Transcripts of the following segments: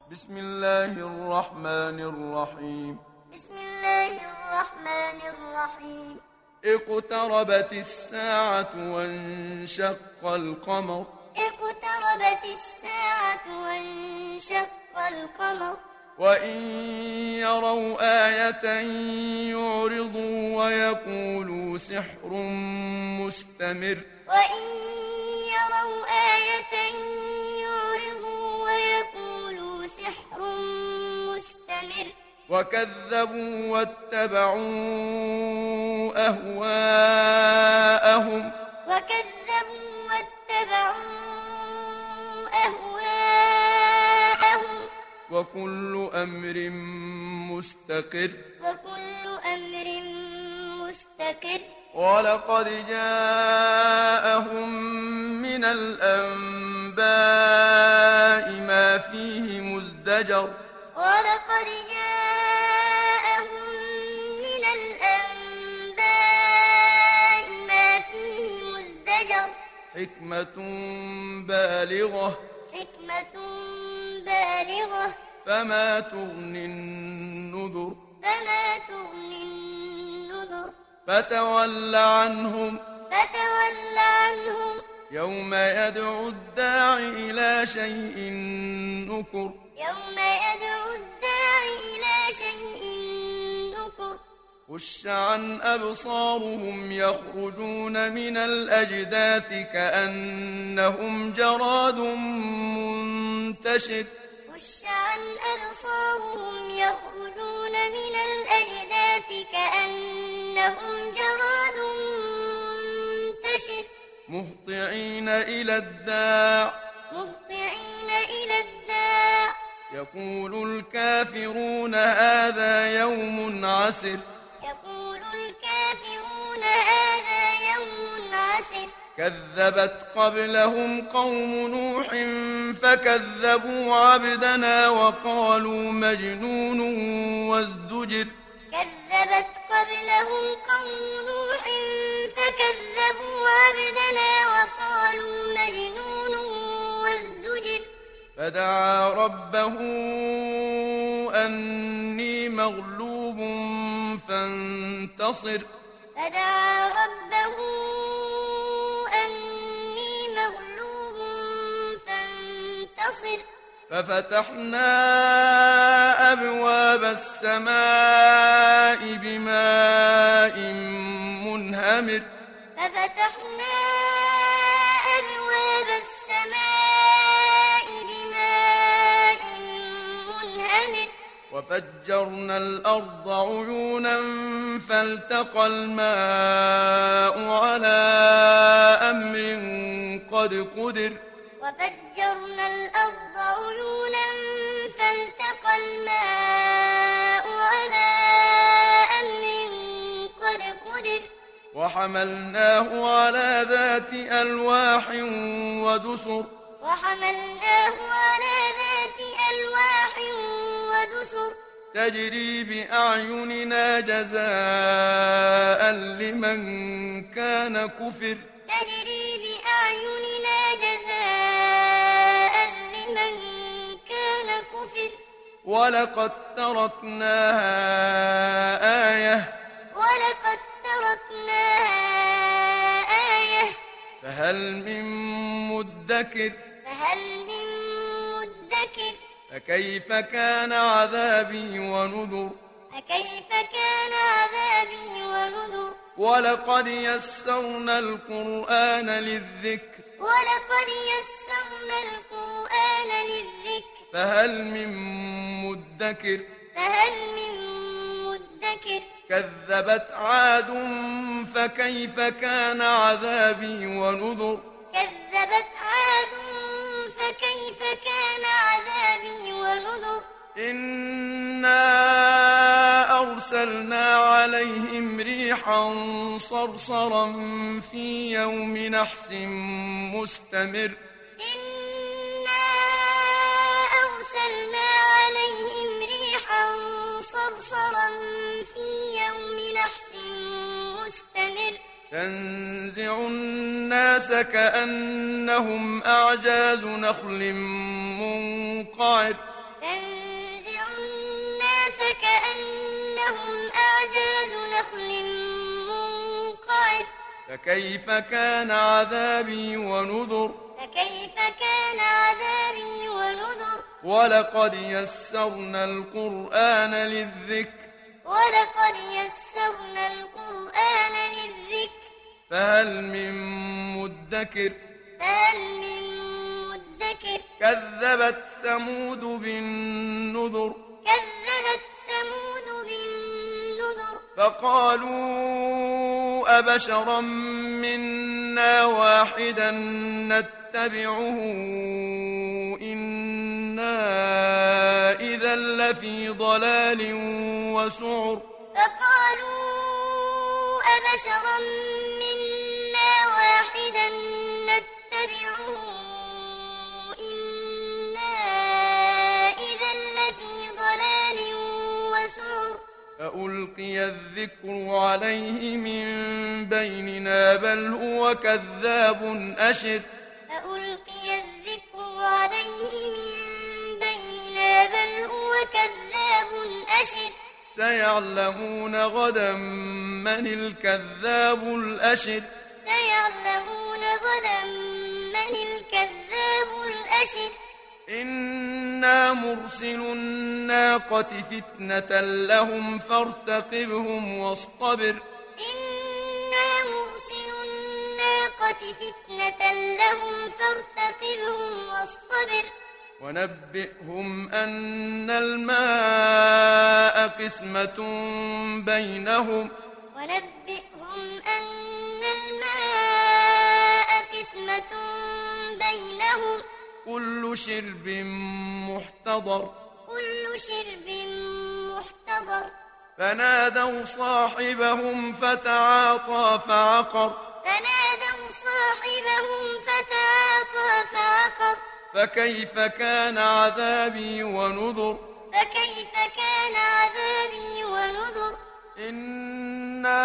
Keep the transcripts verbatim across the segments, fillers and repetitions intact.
بسم الله الرحمن الرحيم بسم الله الرحمن الرحيم اقتربت الساعة وانشق القمر اقتربت الساعة وانشق القمر وإن يروا آية يعرضوا ويقولوا سحر مستمر وإن يروا آية يعرضوا ويقولوا سحر مستمر وكذبوا واتبعوا أهواءهم وكذبوا واتبعوا أهواءهم وكل أمر مستقر وكل أمر مستقر ولقد جاءهم من الأنباء ما فيه مزدجر ولقد جاءهم من الأنباء ما فيه مزدجر حكمة بالغة حكمة بالغة فما تغني النذر فما تغني النذر فتول عنهم فتول عنهم يوم يدعو الداع إلى شيء نكر يوم يدعو الداع إلى شيء نكر خش عن أبصارهم يخرجون من الأجداث كأنهم جراد منتشر خش عن أبصارهم يخرجون من الأجداث كأنهم جراد منتشر مهطعين إلى الداع مهطعين إلى الداع يقول الكافرون هذا يوم عسر يقول الكافرون هذا يوم عسر كذبت قبلهم قوم نوح فكذبوا عبدنا وقالوا مجنون وازدجر كذبت قبلهم قوم نوح فكذبوا عبدنا وقالوا مجنون وازدجر فدعا ربه أني مغلوب فانتصر فدعا ربه أني مغلوب فانتصر ففتحنا أبواب السماء بماء منهمر ففتحنا أبواب السماء بماء منهمر وفجرنا الأرض عيونا فالتقى الماء على أمر قد قدر وفجرنا الأرض عيونا فالتقى الماء على أمر قد قدر وحملناه على ذات ألواح ودسر وحملناه على ذات ألواح ودسر تجري بأعيننا جزاء لمن كان كفر تجري بأعيننا جزاء لمن كان كفر ولقد تركناها آية ولقد تركناها آية فهل من مدكر فهل من مدكر فكيف كان عذابي ونذر فكيف كان عذابي ونذر ولقد يسرنا القرآن للذكر ولقد يسرنا القرآن للذكر فهل من مدكر فهل من مدكر كذبت عاد فكيف كان عذابي ونذر كذبت عاد فكيف كان عذابي ونذر إنا أرسلنا عليهم ريحا صرصرا في يوم نحس مستمر إنا أرسلنا عليهم ريحا صرصرا في يوم نحس مستمر تنزع الناس كأنهم أعجاز نخل منقعر تنزع فكيف كان عذابي ونذر فكيف كان عذابي ونذر ولقد يسرنا القرآن للذكر ولقد يسرنا القرآن للذكر فهل من مدكر فهل من مدكر كذبت ثمود بالنذر كذبت ثمود بالنذر فقالوا أبشرا منا واحدا نتبعه إنا إذا لفي ضلال وسعر فقالوا أبشرا منا واحدا نتبعه إنا إذا لفي ضلال وسعر فألقي الذكر عليه من بيننا بل هو كذاب أشر فألقي الذكر عليه من بيننا بل هو كذاب أشر سيعلمون غدا من الكذاب الأشر سيعلمون غدا من الكذاب الأشر إنا مرسل الناقة فتنة لهم فارتقبهم واصطبر إنا مرسل الناقة فتنة لهم فارتقبهم واصطبر ونبئهم أن الماء قسمة بينهم ونبئهم أن الماء قسمة بينهم كل شرب محتضر كل شرب محتضر فنادوا صاحبهم فتعاطى فعقر فنادوا صاحبهم فتعاطى فعقر فكيف كان عذابي ونذر فكيف كان عذابي ونذر إنا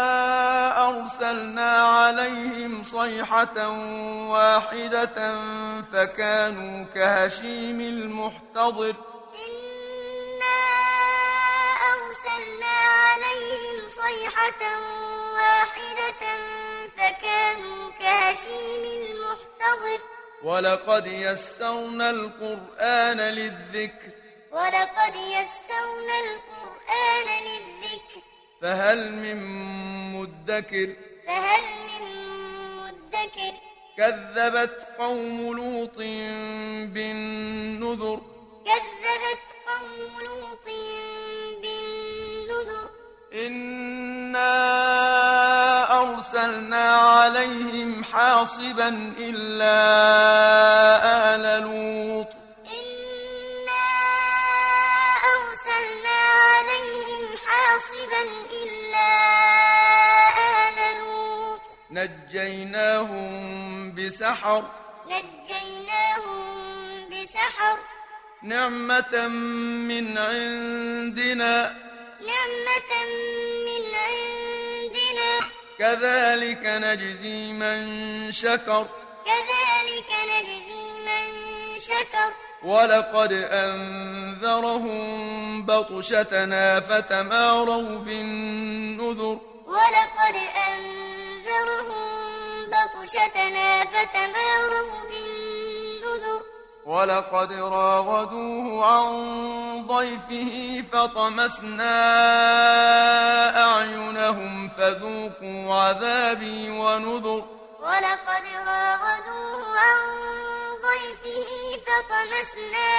أرسلنا عليهم صيحة واحدة فكانوا كهشيم المحتضر إنا أرسلنا عليهم صيحة واحدة فكانوا كهشيم المحتضر ولقد يسرنا القرآن للذكر ولقد يسرنا القرآن للذكر فهل من مدكر فهل من مدكر كذبت قوم لوط بالنذر كذبت قوم لوط بالنذر إنا أرسلنا عليهم حاصبا إلا آل لوط إنا أرسلنا عليهم حاصبا إلا آل لوط نجيناهم بسحر نجيناهم بسحر نعمة من عندنا نعمة من عندنا كذلك نجزي من شكر كذلك نجزي من شكر ولقد أنذرهم بطشتنا فتماروا بالنذر ولقد أنذرهم بطشتنا فتماروا بالنذر ولقد راودوه عن ضيفه فطمسنا أعينهم فذوقوا عذابي ونذر ولقد راودوه عن ضيفه فطمسنا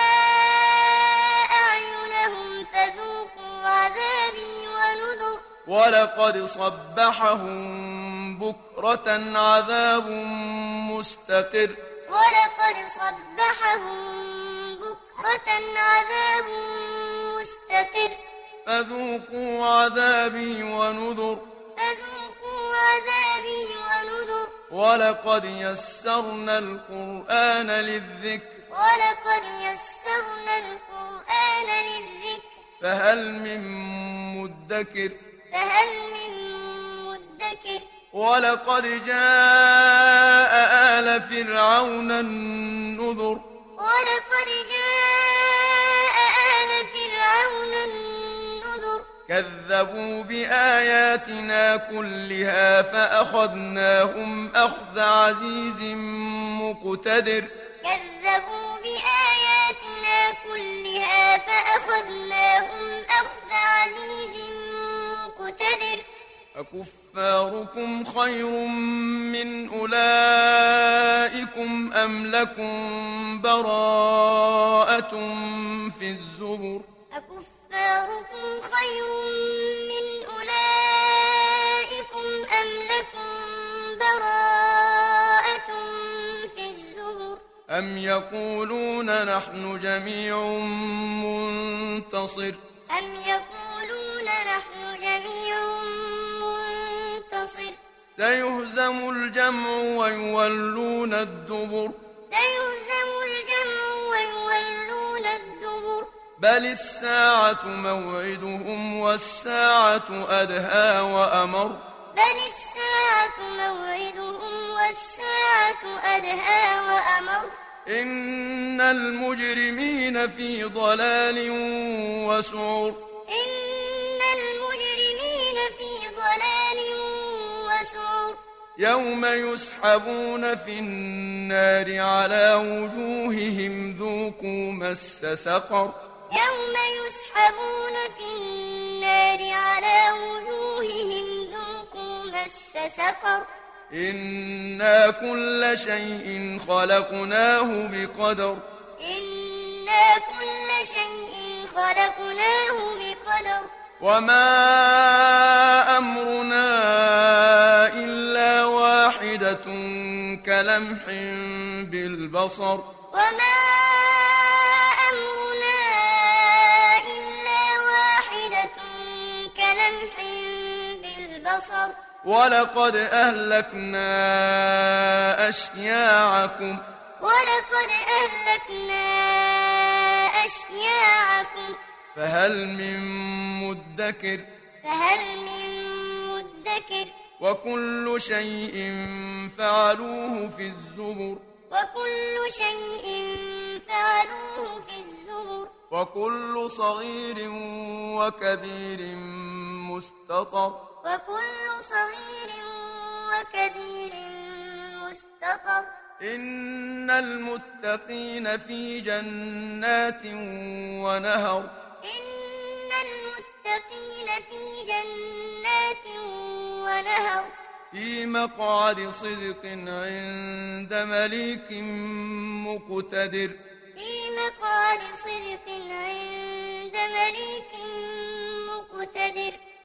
أعينهم فذوقوا عذابي ونذر ولقد صبحهم بكرة عذاب مستقر ولقد صبحهم بكرة عذاب مستقر فذوقوا عذابي ونذر فذوقوا عذابي ونذر ولقد يسرنا القرآن للذكر ولقد يسرنا القرآن للذكر فهل من مدكر فهل من مدكر ولقد جاء آل فرعون النذر ولقد جاء آل فرعون النذر كذبوا بآياتنا كلها فأخذناهم أخذ عزيز مقتدر كذبوا بآياتنا كلها فأخذناهم أخذ عزيز مقتدر أكفاركم خير من أولئكم أم لكم براءة في الزبر أكفاركم خير من أولئكم أم لكم براءة في الزبر أم يقولون نحن جميع منتصر أم يقولون نحن جميع منتصر سيهزم الجمع ويولون الدبر سيهزم الجمع ويولون الدبر بل الساعة موعدهم والساعة أدهى وأمر بل الساعة موعدهم والساعة أدهى وأمر إن المجرمين في ضلال وسعر إن المجرمين في ضلال وسعر يوم يسحبون في النار على وجوههم ذوقوا مس سقر يوم يسحبون في النار على وجوههم ذوقوا مس سقر إنا كل شيء خلقناه بقدر إنا كل شيء خلقناه بقدر وما أمرنا إلا واحدة كلمح بالبصر وما أمرنا إلا واحدة كلمح بالبصر ولقد أهلكنا أشياعكم ولقد أهلكنا أشياعكم فهل من مدكر فهل من مدكر وكل شيء فعلوه في الزبر وكل شيء فعلوه في الزبر وكل صغير وكبير مستطر وكل صغير وكبير مستطر إن المتقين في جنات ونهر إن المتقين في جنات ونهر في مقعد صدق عند مليك مقتدر في مقعد صدق عند